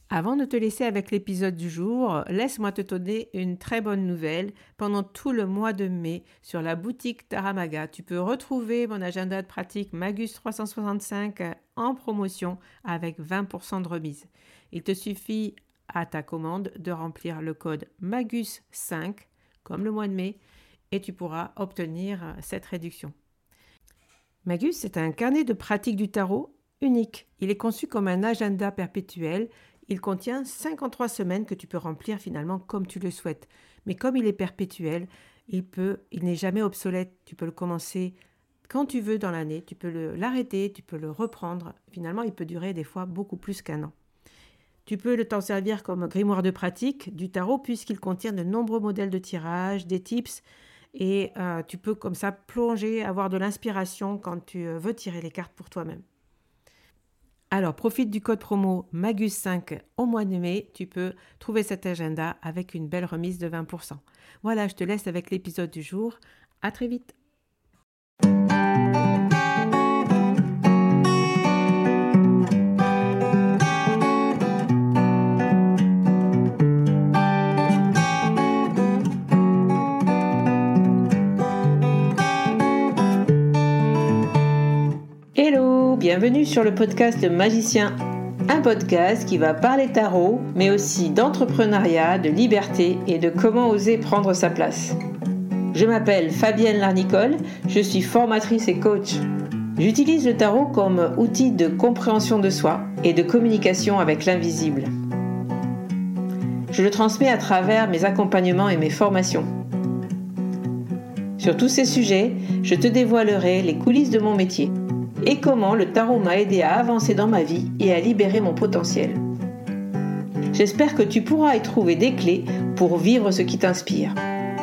Avant de te laisser avec l'épisode du jour, laisse-moi te donner une très bonne nouvelle. Pendant tout le mois de mai, sur la boutique Taramaga, tu peux retrouver mon agenda de pratique Magus 365 en promotion avec 20% de remise. Il te suffit à ta commande de remplir le code MAGUS5, comme le mois de mai, et tu pourras obtenir cette réduction. Magus, c'est un carnet de pratique du tarot unique. Il est conçu comme un agenda perpétuel. Il contient 53 semaines que tu peux remplir finalement comme tu le souhaites. Mais comme il est perpétuel, il n'est jamais obsolète. Tu peux le commencer quand tu veux dans l'année. Tu peux l'arrêter, tu peux le reprendre. Finalement, il peut durer des fois beaucoup plus qu'un an. Tu peux t'en servir comme grimoire de pratique du tarot puisqu'il contient de nombreux modèles de tirage, des tips. Et tu peux comme ça plonger, avoir de l'inspiration quand tu veux tirer les cartes pour toi-même. Alors, profite du code promo MAGUS5 au mois de mai. Tu peux trouver cet agenda avec une belle remise de 20%. Voilà, je te laisse avec l'épisode du jour. À très vite. Hello, bienvenue sur le podcast Magicien, un podcast qui va parler tarot, mais aussi d'entrepreneuriat, de liberté et de comment oser prendre sa place. Je m'appelle Fabienne Larnicole, je suis formatrice et coach. J'utilise le tarot comme outil de compréhension de soi et de communication avec l'invisible. Je le transmets à travers mes accompagnements et mes formations. Sur tous ces sujets, je te dévoilerai les coulisses de mon métier et comment le tarot m'a aidé à avancer dans ma vie et à libérer mon potentiel. J'espère que tu pourras y trouver des clés pour vivre ce qui t'inspire.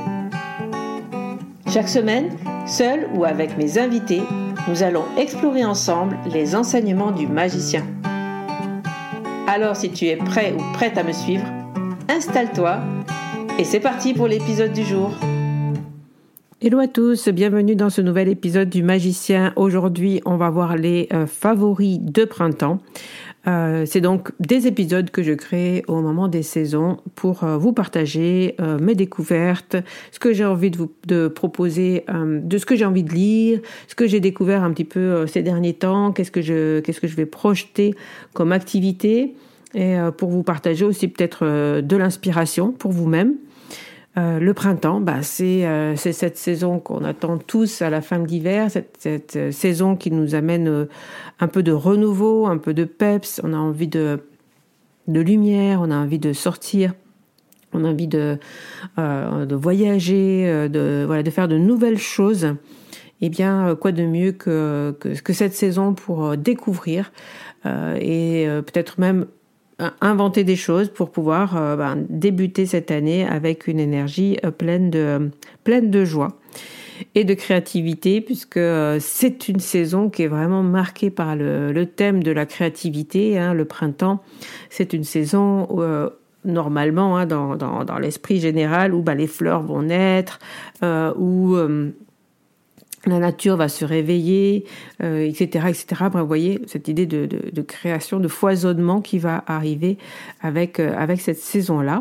Chaque semaine, seul ou avec mes invités, nous allons explorer ensemble les enseignements du magicien. Alors si tu es prêt ou prête à me suivre, installe-toi et c'est parti pour l'épisode du jour. Hello à tous, bienvenue dans ce nouvel épisode du Magicien. Aujourd'hui, on va voir les favoris de printemps. C'est donc des épisodes que je crée au moment des saisons pour vous partager mes découvertes, ce que j'ai envie de proposer, de ce que j'ai envie de lire, ce que j'ai découvert un petit peu ces derniers temps, qu'est-ce que je vais projeter comme activité et pour vous partager aussi peut-être de l'inspiration pour vous-même. Le printemps, c'est cette saison qu'on attend tous à la fin de l'hiver, cette saison qui nous amène un peu de renouveau, un peu de peps, on a envie de lumière, on a envie de sortir, on a envie de voyager, de faire de nouvelles choses. Eh bien, quoi de mieux que cette saison pour découvrir et peut-être même inventer des choses pour pouvoir débuter cette année avec une énergie pleine de joie et de créativité puisque c'est une saison qui est vraiment marquée par le thème de la créativité. Le printemps, c'est une saison normalement dans l'esprit général où les fleurs vont naître, où la nature va se réveiller, etc., etc. Bref, vous voyez, cette idée de création, de foisonnement qui va arriver avec cette saison-là.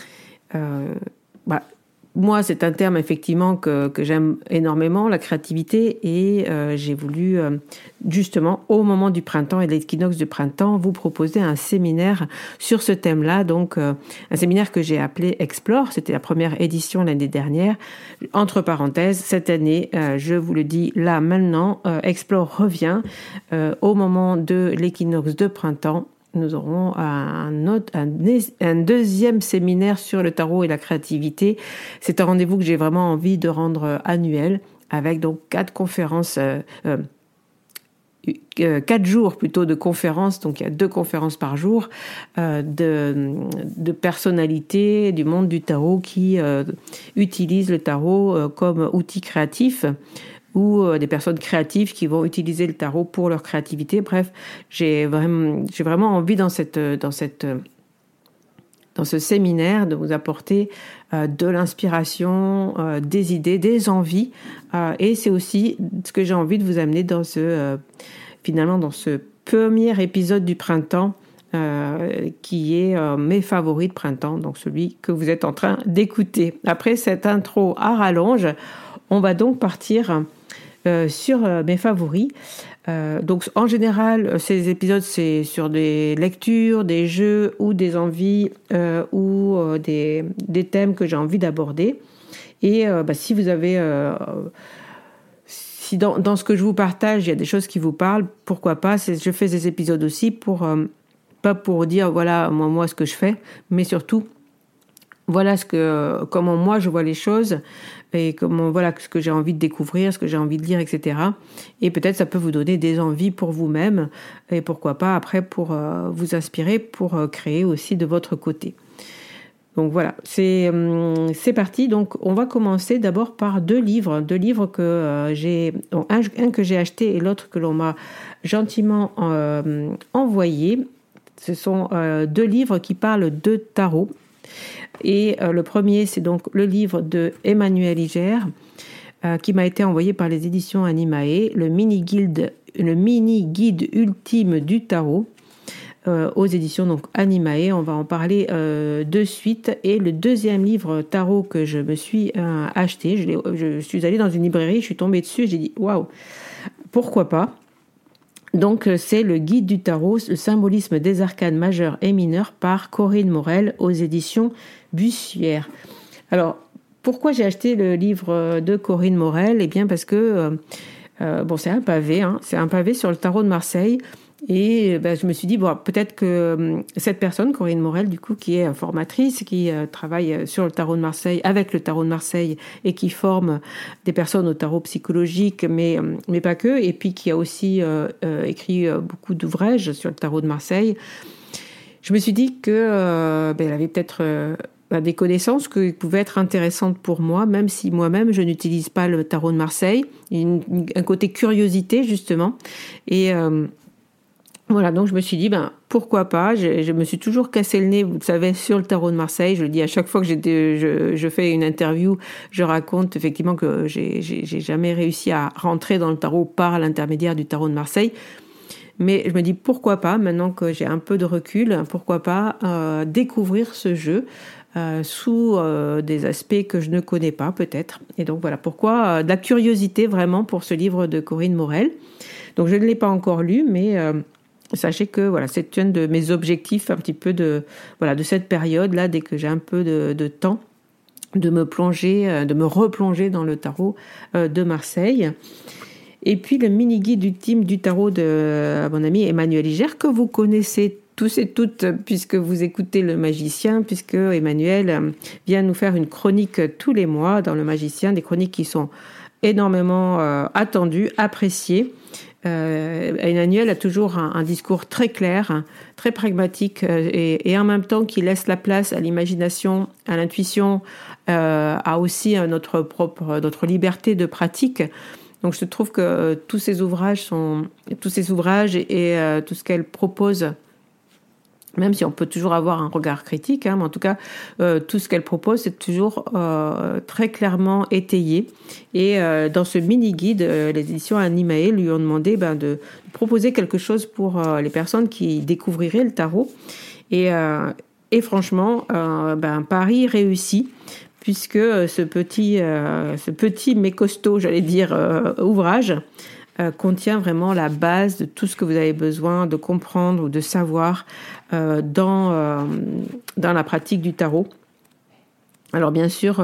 Moi, c'est un terme effectivement que j'aime énormément, la créativité, et j'ai voulu justement au moment du printemps et de l'équinoxe du printemps vous proposer un séminaire sur ce thème-là, donc un séminaire que j'ai appelé Explore, c'était la première édition l'année dernière. Entre parenthèses, cette année, je vous le dis là maintenant, Explore revient au moment de l'équinoxe de printemps. Nous aurons un deuxième séminaire sur le tarot et la créativité. C'est un rendez-vous que j'ai vraiment envie de rendre annuel avec donc 4 conférences, 4 jours plutôt de conférences, donc il y a 2 conférences par jour de personnalités du monde du tarot qui utilisent le tarot comme outil créatif, ou des personnes créatives qui vont utiliser le tarot pour leur créativité. Bref, j'ai vraiment envie dans ce séminaire de vous apporter de l'inspiration, des idées, des envies, et c'est aussi ce que j'ai envie de vous amener dans ce premier épisode du printemps qui est mes favoris de printemps, donc celui que vous êtes en train d'écouter. Après cette intro à rallonge, on va donc partir sur mes favoris. Donc en général, ces épisodes, c'est sur des lectures, des jeux ou des envies ou des thèmes que j'ai envie d'aborder. Et si vous avez... si dans ce que je vous partage, il y a des choses qui vous parlent, pourquoi pas. Je fais des épisodes aussi pour... pas pour dire, voilà, moi ce que je fais, mais surtout, voilà comment moi je vois les choses et voilà, ce que j'ai envie de découvrir, ce que j'ai envie de lire, etc. Et peut-être ça peut vous donner des envies pour vous-même et pourquoi pas après pour vous inspirer pour créer aussi de votre côté. Donc voilà, c'est parti. Donc on va commencer d'abord par deux livres que un que j'ai acheté et l'autre que l'on m'a gentiment envoyé. Ce sont deux livres qui parlent de tarot. Et le premier, c'est donc le livre de Emmanuel Iger, qui m'a été envoyé par les éditions Animae, le mini-guide ultime du tarot, aux éditions donc Animae. On va en parler de suite. Et le deuxième livre tarot que je me suis acheté, je suis allée dans une librairie, je suis tombée dessus, j'ai dit « Waouh, pourquoi pas ?» Donc, c'est le guide du tarot, le symbolisme des arcanes majeurs et mineurs par Corinne Morel aux éditions Bussière. Alors, pourquoi j'ai acheté le livre de Corinne Morel ? Eh bien, parce que, c'est un pavé, c'est un pavé sur le tarot de Marseille. Et je me suis dit, peut-être que cette personne, Corinne Morel, du coup, qui est formatrice, qui travaille sur le tarot de Marseille, avec le tarot de Marseille, et qui forme des personnes au tarot psychologique, mais pas que, et puis qui a aussi écrit beaucoup d'ouvrages sur le tarot de Marseille, je me suis dit que elle avait peut-être des connaissances qui pouvaient être intéressantes pour moi, même si moi-même, je n'utilise pas le tarot de Marseille. Il y a un côté curiosité, justement, et... voilà, donc je me suis dit, pourquoi pas. Je me suis toujours cassé le nez, vous le savez, sur le tarot de Marseille. Je le dis à chaque fois que je fais une interview, je raconte effectivement que j'ai jamais réussi à rentrer dans le tarot par l'intermédiaire du tarot de Marseille. Mais je me dis, pourquoi pas, maintenant que j'ai un peu de recul, pourquoi pas découvrir ce jeu sous des aspects que je ne connais pas peut-être. Et donc voilà, pourquoi de la curiosité vraiment pour ce livre de Corinne Morel. Donc je ne l'ai pas encore lu, mais... sachez que voilà, c'est un de mes objectifs un petit peu de cette période-là, dès que j'ai un peu de temps, de me replonger dans le tarot de Marseille. Et puis le mini-guide ultime du tarot de mon ami Emmanuel Iger, que vous connaissez tous et toutes, puisque vous écoutez Le Magicien, puisque Emmanuel vient nous faire une chronique tous les mois dans Le Magicien, des chroniques qui sont énormément attendues, appréciées. Emmanuel a toujours un discours très clair, très pragmatique et en même temps qui laisse la place à l'imagination, à l'intuition, à aussi notre liberté de pratique. Donc je trouve que tous ces ouvrages et tout ce qu'elle propose, même si on peut toujours avoir un regard critique, mais en tout cas, tout ce qu'elle propose, c'est toujours très clairement étayé. Et dans ce mini-guide, les éditions Animae lui ont demandé de proposer quelque chose pour les personnes qui découvriraient le tarot. Et franchement, pari réussi, puisque ce petit mais costaud, j'allais dire, ouvrage, contient vraiment la base de tout ce que vous avez besoin de comprendre ou de savoir dans la pratique du tarot. Alors bien sûr,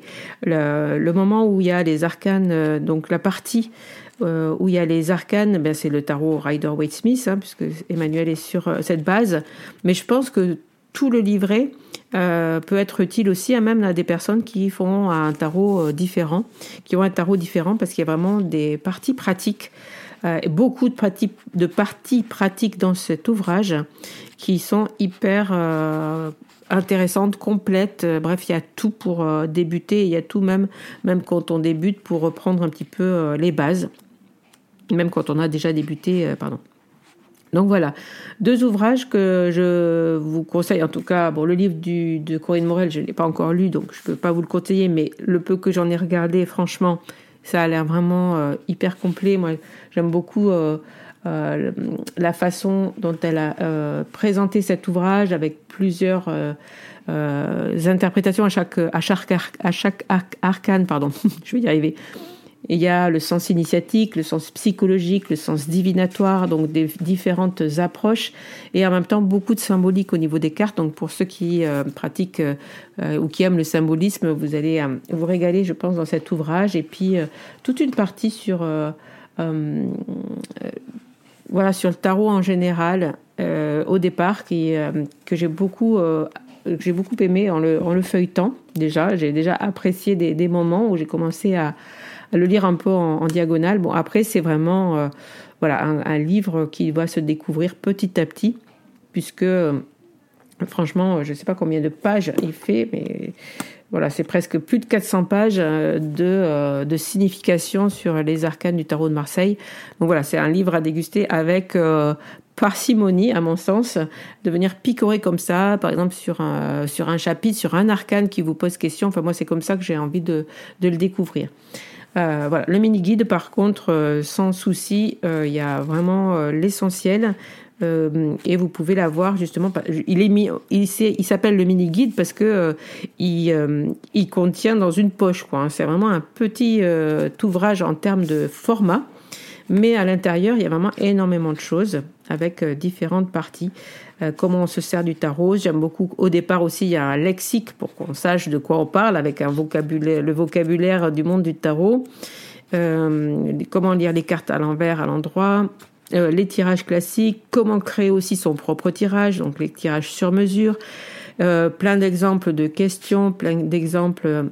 le moment où il y a les arcanes, donc la partie où il y a les arcanes, c'est le tarot Rider-Waite-Smith, puisque Emmanuel est sur cette base. Mais je pense que tout le livret peut être utile aussi à même à des personnes qui font un tarot différent, qui ont un tarot différent, parce qu'il y a vraiment des parties pratiques, beaucoup de parties pratiques dans cet ouvrage qui sont hyper intéressantes, complètes. Bref, il y a tout pour débuter, il y a tout même quand on débute pour reprendre un petit peu les bases, même quand on a déjà débuté, Donc voilà, deux ouvrages que je vous conseille, en tout cas, le livre de Corinne Morel, je ne l'ai pas encore lu, donc je ne peux pas vous le conseiller, mais le peu que j'en ai regardé, franchement, ça a l'air vraiment hyper complet. Moi, j'aime beaucoup la façon dont elle a présenté cet ouvrage avec plusieurs interprétations à chaque arcane, pardon, je vais y arriver. Il y a le sens initiatique, le sens psychologique, le sens divinatoire, donc des différentes approches, et en même temps beaucoup de symbolique au niveau des cartes. Donc pour ceux qui pratiquent ou qui aiment le symbolisme, vous allez vous régaler, je pense, dans cet ouvrage. Et puis toute une partie sur sur le tarot en général au départ, que j'ai beaucoup aimé en le feuilletant. Déjà, j'ai déjà apprécié des moments où j'ai commencé à le lire un peu en diagonale. Bon, après, c'est vraiment un livre qui doit se découvrir petit à petit, puisque franchement, je ne sais pas combien de pages il fait, mais voilà, c'est presque plus de 400 pages de signification sur les arcanes du tarot de Marseille. Donc voilà, c'est un livre à déguster avec parcimonie, à mon sens, de venir picorer comme ça, par exemple sur un chapitre, sur un arcane qui vous pose question. Enfin, moi, c'est comme ça que j'ai envie de le découvrir. Le mini-guide, par contre, sans souci, il y a vraiment l'essentiel. Et vous pouvez l'avoir justement. Il s'appelle le mini-guide parce que il contient dans une poche, quoi. C'est vraiment un petit ouvrage en termes de format. Mais à l'intérieur, il y a vraiment énormément de choses avec différentes parties. Comment on se sert du tarot. J'aime beaucoup. Au départ aussi, il y a un lexique pour qu'on sache de quoi on parle, avec le vocabulaire du monde du tarot. Comment lire les cartes à l'envers, à l'endroit. Les tirages classiques. Comment créer aussi son propre tirage, donc les tirages sur mesure. Plein d'exemples de questions, plein d'exemples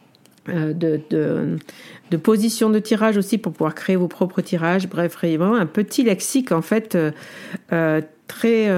de positions de tirage aussi pour pouvoir créer vos propres tirages. Bref, vraiment un petit lexique en fait très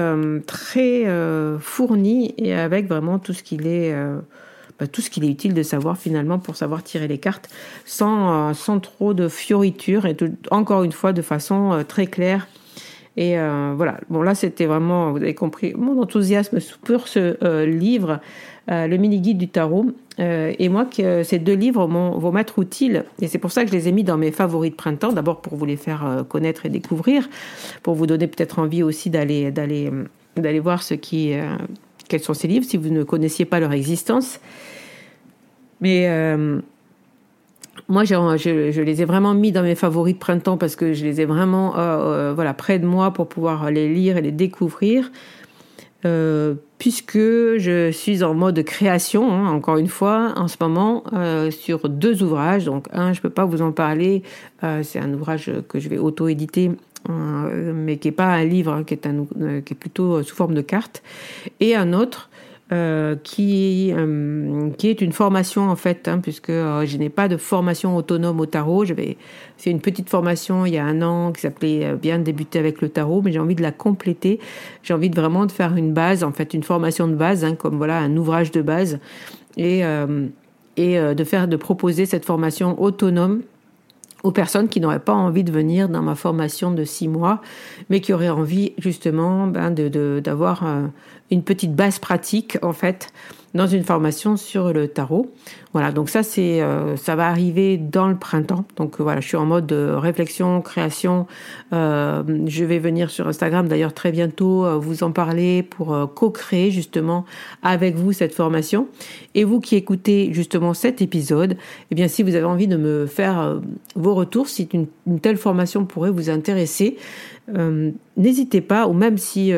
fourni, et avec vraiment tout ce qu'il est utile de savoir finalement pour savoir tirer les cartes sans trop de fioritures, et encore une fois de façon très claire. Et voilà, bon là c'était vraiment, vous avez compris mon enthousiasme pour ce livre, le mini-guide du tarot. Et moi, ces deux livres vont m'être utiles, et c'est pour ça que je les ai mis dans mes favoris de printemps, d'abord pour vous les faire connaître et découvrir, pour vous donner peut-être envie aussi d'aller voir quels sont ces livres, si vous ne connaissiez pas leur existence. Mais moi, je les ai vraiment mis dans mes favoris de printemps parce que je les ai vraiment près de moi pour pouvoir les lire et les découvrir. Puisque je suis en mode création, encore une fois, en ce moment, sur deux ouvrages. Donc, un, je ne peux pas vous en parler, c'est un ouvrage que je vais auto-éditer, mais qui n'est pas un livre, qui est plutôt sous forme de carte. Et un autre, qui est une formation en fait, puisque je n'ai pas de formation autonome au tarot. J'avais fait une petite formation il y a 1 an qui s'appelait Bien débuter avec le tarot, mais j'ai envie de la compléter. J'ai envie vraiment de faire une base, en fait une formation de base, comme voilà un ouvrage de base, et de proposer cette formation autonome aux personnes qui n'auraient pas envie de venir dans ma formation de 6 mois, mais qui auraient envie justement d'avoir une petite base pratique en fait dans une formation sur le tarot. Voilà, donc ça va arriver dans le printemps. Donc voilà, je suis en mode réflexion, création. Je vais venir sur Instagram d'ailleurs très bientôt vous en parler pour co-créer justement avec vous cette formation. Et vous qui écoutez justement cet épisode, eh bien si vous avez envie de me faire vos retours, si une telle formation pourrait vous intéresser, n'hésitez pas, ou même si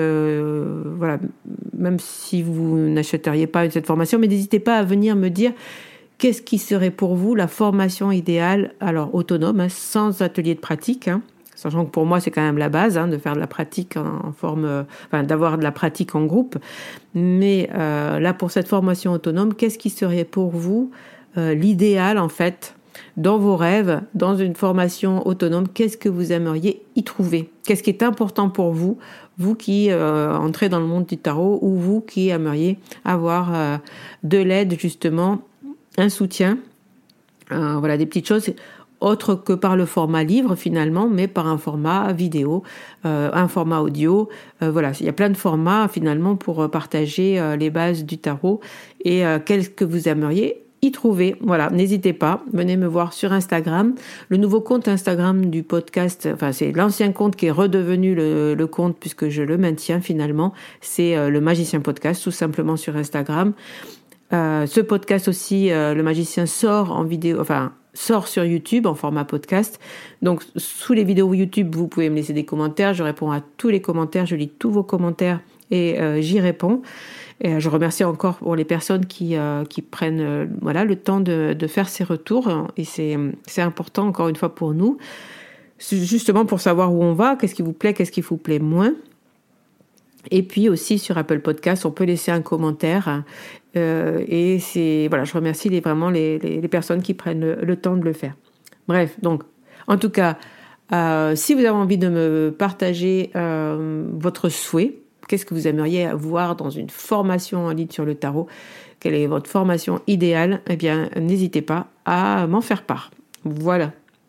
vous n'achèteriez pas cette formation, mais n'hésitez pas à venir me dire qu'est-ce qui serait pour vous la formation idéale, alors autonome, sans atelier de pratique, sachant que pour moi c'est quand même la base, de faire de la pratique en forme, d'avoir de la pratique en groupe, mais là pour cette formation autonome, qu'est-ce qui serait pour vous l'idéal en fait dans vos rêves, dans une formation autonome, qu'est-ce que vous aimeriez y trouver? Qu'est-ce qui est important pour vous, vous qui entrez dans le monde du tarot, ou vous qui aimeriez avoir de l'aide justement, un soutien, des petites choses autres que par le format livre finalement, mais par un format vidéo, un format audio. Il y a plein de formats finalement pour partager les bases du tarot, et qu'est-ce que vous aimeriez y trouver. Voilà, n'hésitez pas, venez me voir sur Instagram. Le nouveau compte Instagram du podcast, enfin c'est l'ancien compte qui est redevenu le compte puisque je le maintiens finalement, c'est le Magicien Podcast, tout simplement sur Instagram. Ce podcast aussi, le Magicien sort en vidéo, enfin sort sur YouTube en format podcast. Donc sous les vidéos YouTube, vous pouvez me laisser des commentaires. Je réponds à tous les commentaires, je lis tous vos commentaires et j'y réponds. Et je remercie encore pour les personnes qui prennent le temps de faire ces retours. Et c'est important encore une fois pour nous, justement pour savoir où on va, qu'est-ce qui vous plaît, qu'est-ce qui vous plaît moins. Et puis aussi sur Apple Podcast, on peut laisser un commentaire. Et je remercie vraiment les personnes qui prennent le temps de le faire. Bref, donc, en tout cas, si vous avez envie de me partager votre souhait, qu'est-ce que vous aimeriez voir dans une formation en ligne sur le tarot, quelle est votre formation idéale, eh bien, n'hésitez pas à m'en faire part. Voilà.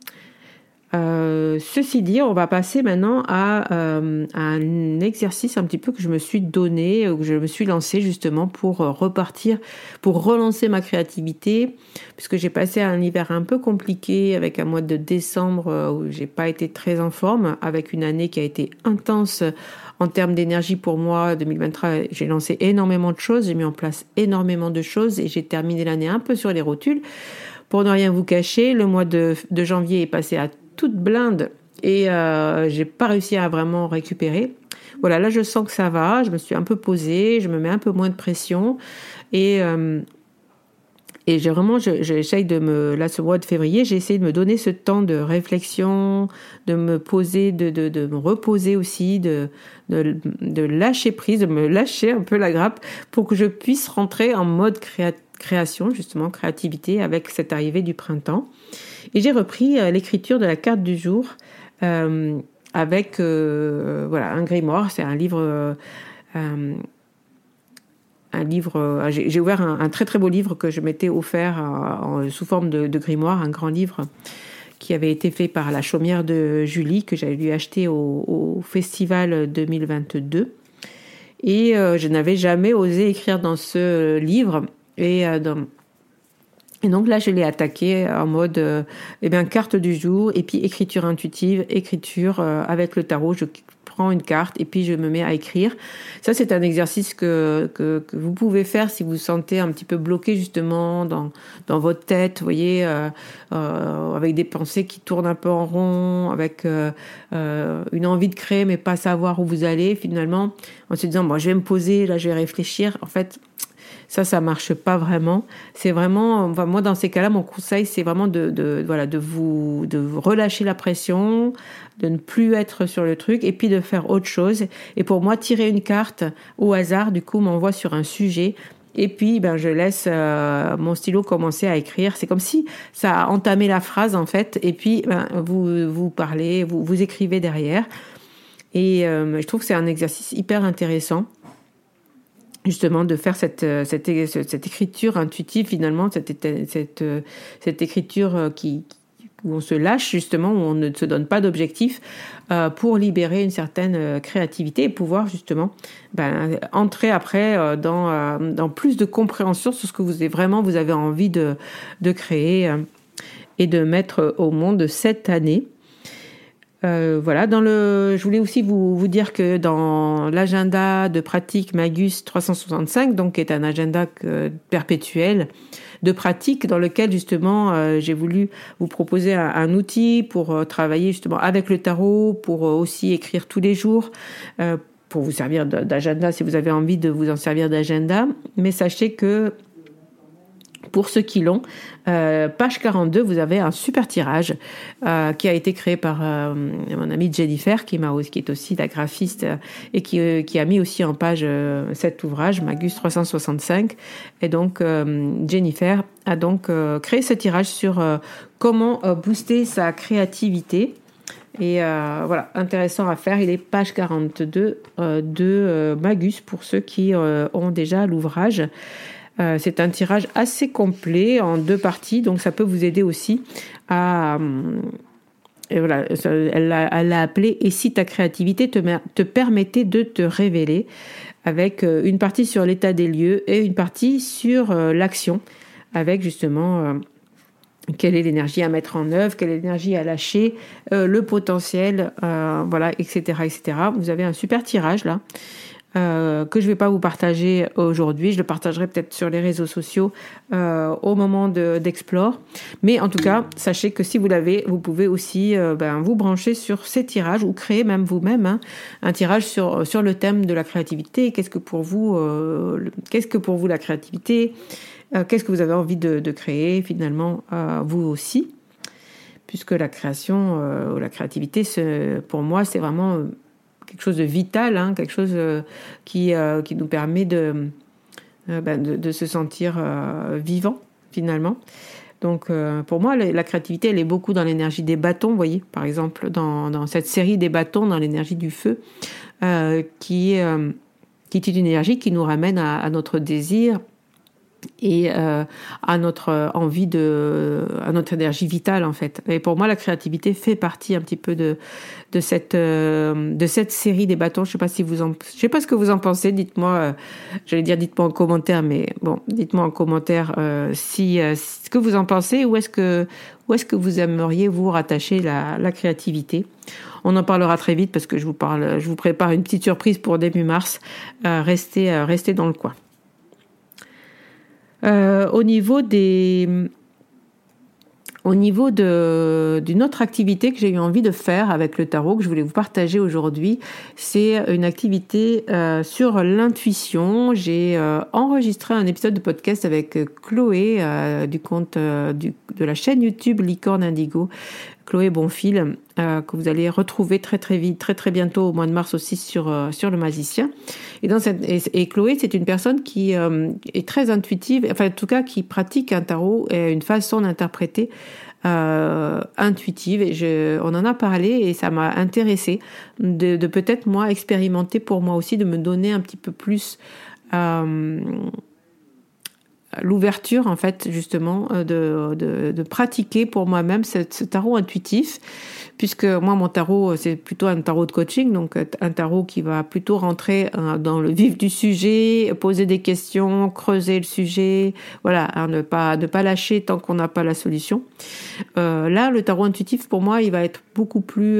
Ceci dit, on va passer maintenant à un exercice un petit peu que je me suis donné, que je me suis lancé justement pour repartir, pour relancer ma créativité, puisque j'ai passé un hiver un peu compliqué avec un mois de décembre où j'ai pas été très en forme, avec une année qui a été intense en termes d'énergie pour moi. 2023, j'ai lancé énormément de choses, j'ai mis en place énormément de choses et j'ai terminé l'année un peu sur les rotules. Pour ne rien vous cacher, le mois de janvier est passé à toute blinde et j'ai pas réussi à vraiment récupérer. Voilà, là je sens que ça va, je me suis un peu posée, je me mets un peu moins de pression et j'essaye là ce mois de février, j'ai essayé de me donner ce temps de réflexion, de me poser, de me reposer aussi, de lâcher prise, de me lâcher un peu la grappe pour que je puisse rentrer en mode création, justement, créativité avec cette arrivée du printemps. Et j'ai repris l'écriture de la carte du jour avec un grimoire. C'est un livre. J'ai ouvert un très très beau livre que je m'étais offert sous forme de grimoire, un grand livre qui avait été fait par la chaumière de Julie, que j'avais lui acheté au festival 2022. Et je n'avais jamais osé écrire dans ce livre. Et donc là, je l'ai attaqué en mode carte du jour et puis écriture intuitive, avec le tarot. Je prends une carte et puis je me mets à écrire. Ça, c'est un exercice que vous pouvez faire si vous vous sentez un petit peu bloqué justement dans votre tête, vous voyez, avec des pensées qui tournent un peu en rond, avec une envie de créer mais pas savoir où vous allez finalement, en se disant, bon, je vais me poser, là, je vais réfléchir. En fait, ça marche pas vraiment. C'est vraiment, moi dans ces cas-là, mon conseil, c'est vraiment de vous relâcher la pression, de ne plus être sur le truc et puis de faire autre chose. Et pour moi, tirer une carte au hasard, du coup, m'envoie sur un sujet. Et puis, je laisse mon stylo commencer à écrire. C'est comme si ça a entamé la phrase, en fait. Et puis, vous parlez, vous écrivez derrière. Et je trouve que c'est un exercice hyper intéressant, justement, de faire cette écriture intuitive, finalement, cette écriture où on se lâche, justement, où on ne se donne pas d'objectif, pour libérer une certaine créativité et pouvoir, justement, entrer après dans plus de compréhension sur ce que vous avez envie de créer et de mettre au monde cette année. Je voulais aussi vous dire que dans l'agenda de pratique Magus 365, donc qui est un agenda perpétuel de pratique dans lequel justement j'ai voulu vous proposer un outil pour travailler justement avec le tarot, pour aussi écrire tous les jours, pour vous servir d'agenda si vous avez envie de vous en servir d'agenda. Mais sachez que pour ceux qui l'ont, page 42, vous avez un super tirage qui a été créé par mon amie Jennifer, qui est aussi la graphiste et qui a mis aussi en page cet ouvrage, Magus 365. Et donc, Jennifer a donc créé ce tirage sur comment booster sa créativité. Et intéressant à faire. Il est page 42 de Magus pour ceux qui ont déjà l'ouvrage. C'est un tirage assez complet en 2 parties, donc ça peut vous aider aussi à... elle l'a appelé « Et si ta créativité te permettait de te révéler ?» avec une partie sur l'état des lieux et une partie sur l'action avec justement quelle est l'énergie à mettre en œuvre, quelle est l'énergie à lâcher, le potentiel, voilà, etc., etc. Vous avez un super tirage là. Que je ne vais pas vous partager aujourd'hui. Je le partagerai peut-être sur les réseaux sociaux au moment d'Explore. Mais en tout cas, sachez que si vous l'avez, vous pouvez aussi vous brancher sur ces tirages ou créer même vous-même un tirage sur le thème de la créativité. Qu'est-ce que pour vous la créativité? Qu'est-ce que vous avez envie de créer finalement vous aussi? Puisque la création ou la créativité, pour moi, c'est vraiment quelque chose de vital, quelque chose qui nous permet de se sentir vivant finalement. Donc pour moi, la créativité, elle est beaucoup dans l'énergie des bâtons, vous voyez, par exemple, dans cette série des bâtons, dans l'énergie du feu, qui est une énergie qui nous ramène à notre désir et à notre envie à notre énergie vitale en fait. Et pour moi, la créativité fait partie un petit peu de cette série des bâtons. Je sais pas ce que vous en pensez. Dites-moi, dites-moi en commentaire, mais bon, dites-moi en commentaire ce que vous en pensez. Où est-ce que vous aimeriez vous rattacher la créativité? On en parlera très vite parce que je vous prépare une petite surprise pour début mars. Restez dans le coin. Au niveau d'une autre activité que j'ai eu envie de faire avec le tarot, que je voulais vous partager aujourd'hui, c'est une activité sur l'intuition. J'ai enregistré un épisode de podcast avec Chloé du compte de la chaîne YouTube Licorne Indigo, Chloé Bonfil, que vous allez retrouver très très vite, très très bientôt au mois de mars aussi sur le magicien. Et Chloé, c'est une personne qui est très intuitive, enfin en tout cas qui pratique un tarot et une façon d'interpréter intuitive. Et on en a parlé et ça m'a intéressée de peut-être moi expérimenter pour moi aussi, de me donner un petit peu plus l'ouverture en fait justement de pratiquer pour moi-même ce tarot intuitif, puisque moi mon tarot c'est plutôt un tarot de coaching, donc un tarot qui va plutôt rentrer dans le vif du sujet, poser des questions, creuser le sujet, voilà, ne pas lâcher tant qu'on n'a pas la solution. Là le tarot intuitif pour moi il va être beaucoup plus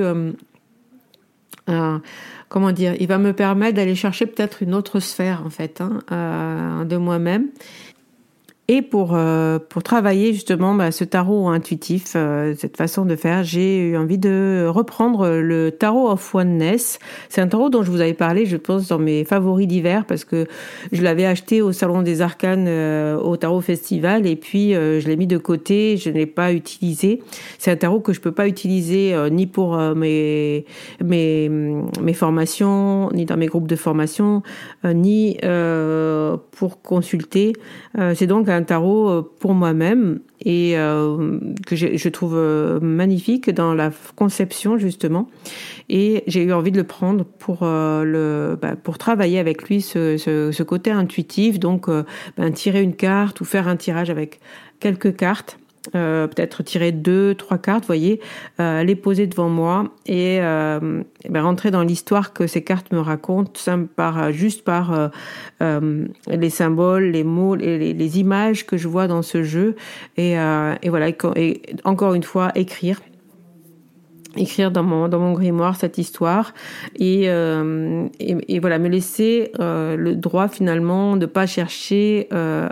comment dire, il va me permettre d'aller chercher peut-être une autre sphère en fait de moi-même. Et pour travailler justement ce tarot intuitif, cette façon de faire, j'ai eu envie de reprendre le Tarot of Oneness. C'est un tarot dont je vous avais parlé, je pense, dans mes favoris d'hiver, parce que je l'avais acheté au Salon des Arcanes, au Tarot Festival, et puis je l'ai mis de côté, je ne l'ai pas utilisé. C'est un tarot que je peux pas utiliser ni pour mes formations, ni dans mes groupes de formation, ni pour consulter. C'est donc un tarot pour moi-même et que je trouve magnifique dans la conception justement, et j'ai eu envie de le prendre pour travailler avec lui ce côté intuitif, donc tirer une carte ou faire un tirage avec quelques cartes. Peut-être tirer 2-3 cartes, voyez, les poser devant moi et rentrer dans l'histoire que ces cartes me racontent, juste par les symboles, les mots, les images que je vois dans ce jeu, et voilà, et encore une fois écrire dans mon grimoire cette histoire, et voilà, me laisser le droit finalement de pas chercher.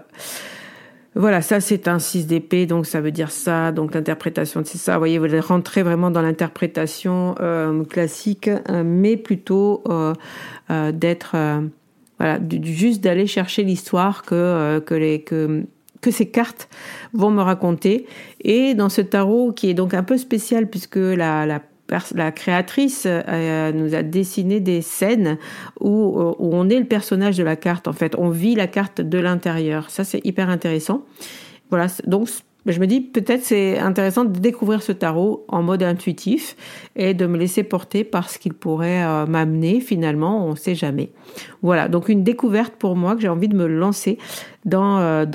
Voilà, ça c'est un 6 d'épée, donc ça veut dire ça, donc l'interprétation c'est ça, vous voyez, vous allez rentrer vraiment dans l'interprétation classique, mais plutôt d'être voilà, juste d'aller chercher l'histoire que ces cartes vont me raconter. Et dans ce tarot qui est donc un peu spécial, puisque la créatrice nous a dessiné des scènes où on est le personnage de la carte, en fait. On vit la carte de l'intérieur. Ça, c'est hyper intéressant. Voilà, donc je me dis peut-être c'est intéressant de découvrir ce tarot en mode intuitif et de me laisser porter par ce qu'il pourrait m'amener finalement, on ne sait jamais. Voilà, donc une découverte pour moi, que j'ai envie de me lancer dans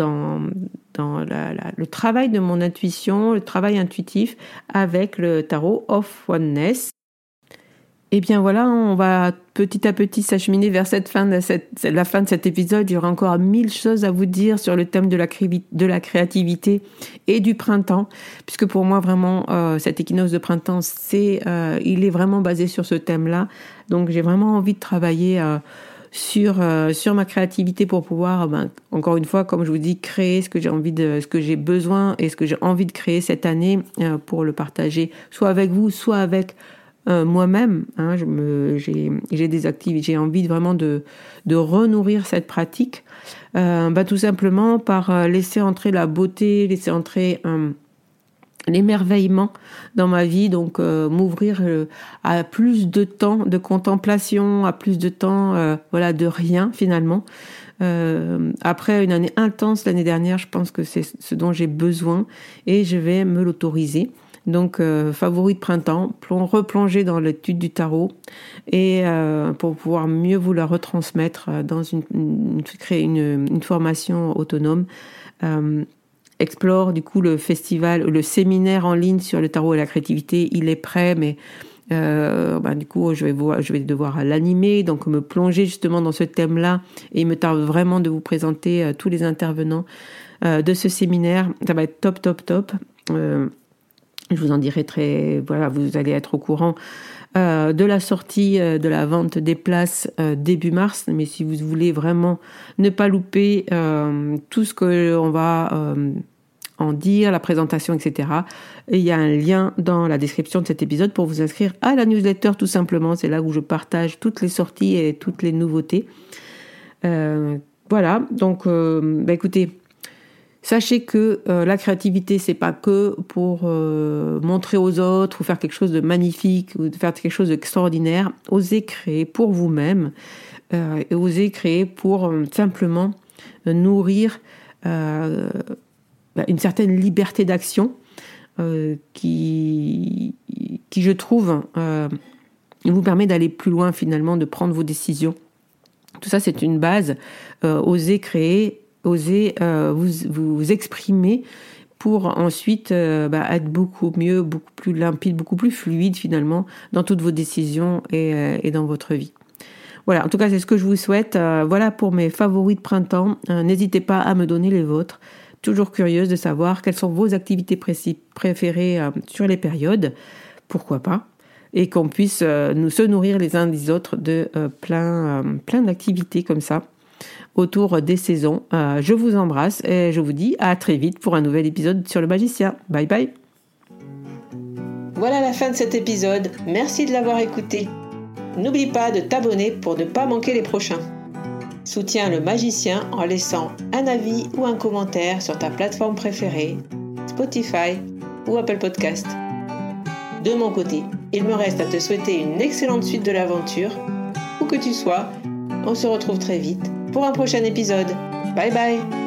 le travail de mon intuition, le travail intuitif avec le tarot of Oneness. Et bien voilà, on va petit à petit s'acheminer vers la fin de cet épisode. Il y aura encore 1000 choses à vous dire sur le thème de la créativité et du printemps, puisque pour moi vraiment cet équinoxe de printemps, il est vraiment basé sur ce thème-là. Donc j'ai vraiment envie de travailler sur ma créativité pour pouvoir, encore une fois, comme je vous dis, créer ce que j'ai besoin et ce que j'ai envie de créer cette année pour le partager, soit avec vous, soit avec moi-même. J'ai des activités, j'ai envie vraiment de renourrir cette pratique, tout simplement par laisser entrer la beauté, laisser entrer l'émerveillement dans ma vie, donc m'ouvrir à plus de temps de contemplation, à plus de temps de rien finalement. Après une année intense l'année dernière, je pense que c'est ce dont j'ai besoin et je vais me l'autoriser. Donc, favori de printemps, replonger dans l'étude du tarot et pour pouvoir mieux vous la retransmettre créer une formation autonome. Explore du coup le séminaire en ligne sur le tarot et la créativité. Il est prêt, mais du coup je vais devoir l'animer, donc me plonger justement dans ce thème-là. Et il me tarde vraiment de vous présenter tous les intervenants de ce séminaire. Ça va être top. Je vous en dirai vous allez être au courant de la sortie de la vente des places début mars. Mais si vous voulez vraiment ne pas louper tout ce qu'on va en dire, la présentation, etc., il y a un lien dans la description de cet épisode pour vous inscrire à la newsletter tout simplement. C'est là où je partage toutes les sorties et toutes les nouveautés. Voilà, donc écoutez, sachez que la créativité, c'est pas que pour montrer aux autres ou faire quelque chose de magnifique ou de faire quelque chose d'extraordinaire. Osez créer pour vous-même et osez créer pour simplement nourrir une certaine liberté d'action qui, je trouve, vous permet d'aller plus loin finalement, de prendre vos décisions. Tout ça, c'est une base. Osez créer, osez vous exprimer pour ensuite être beaucoup mieux, beaucoup plus limpide, beaucoup plus fluide finalement dans toutes vos décisions et dans votre vie. Voilà, en tout cas, c'est ce que je vous souhaite. Voilà pour mes favoris de printemps. N'hésitez pas à me donner les vôtres. Toujours curieuse de savoir quelles sont vos activités préférées sur les périodes. Pourquoi pas ? Et qu'on puisse se nourrir les uns des autres de plein d'activités comme ça autour des saisons. Je vous embrasse et je vous dis à très vite pour un nouvel épisode sur le magicien. Bye bye. Voilà la fin de cet épisode. Merci de l'avoir écouté. N'oublie pas de t'abonner pour ne pas manquer les prochains. Soutiens le magicien en laissant un avis ou un commentaire sur ta plateforme préférée, Spotify ou Apple Podcast. De mon côté, il me reste à te souhaiter une excellente suite de l'aventure. Où que tu sois, on se retrouve très vite pour un prochain épisode. Bye bye!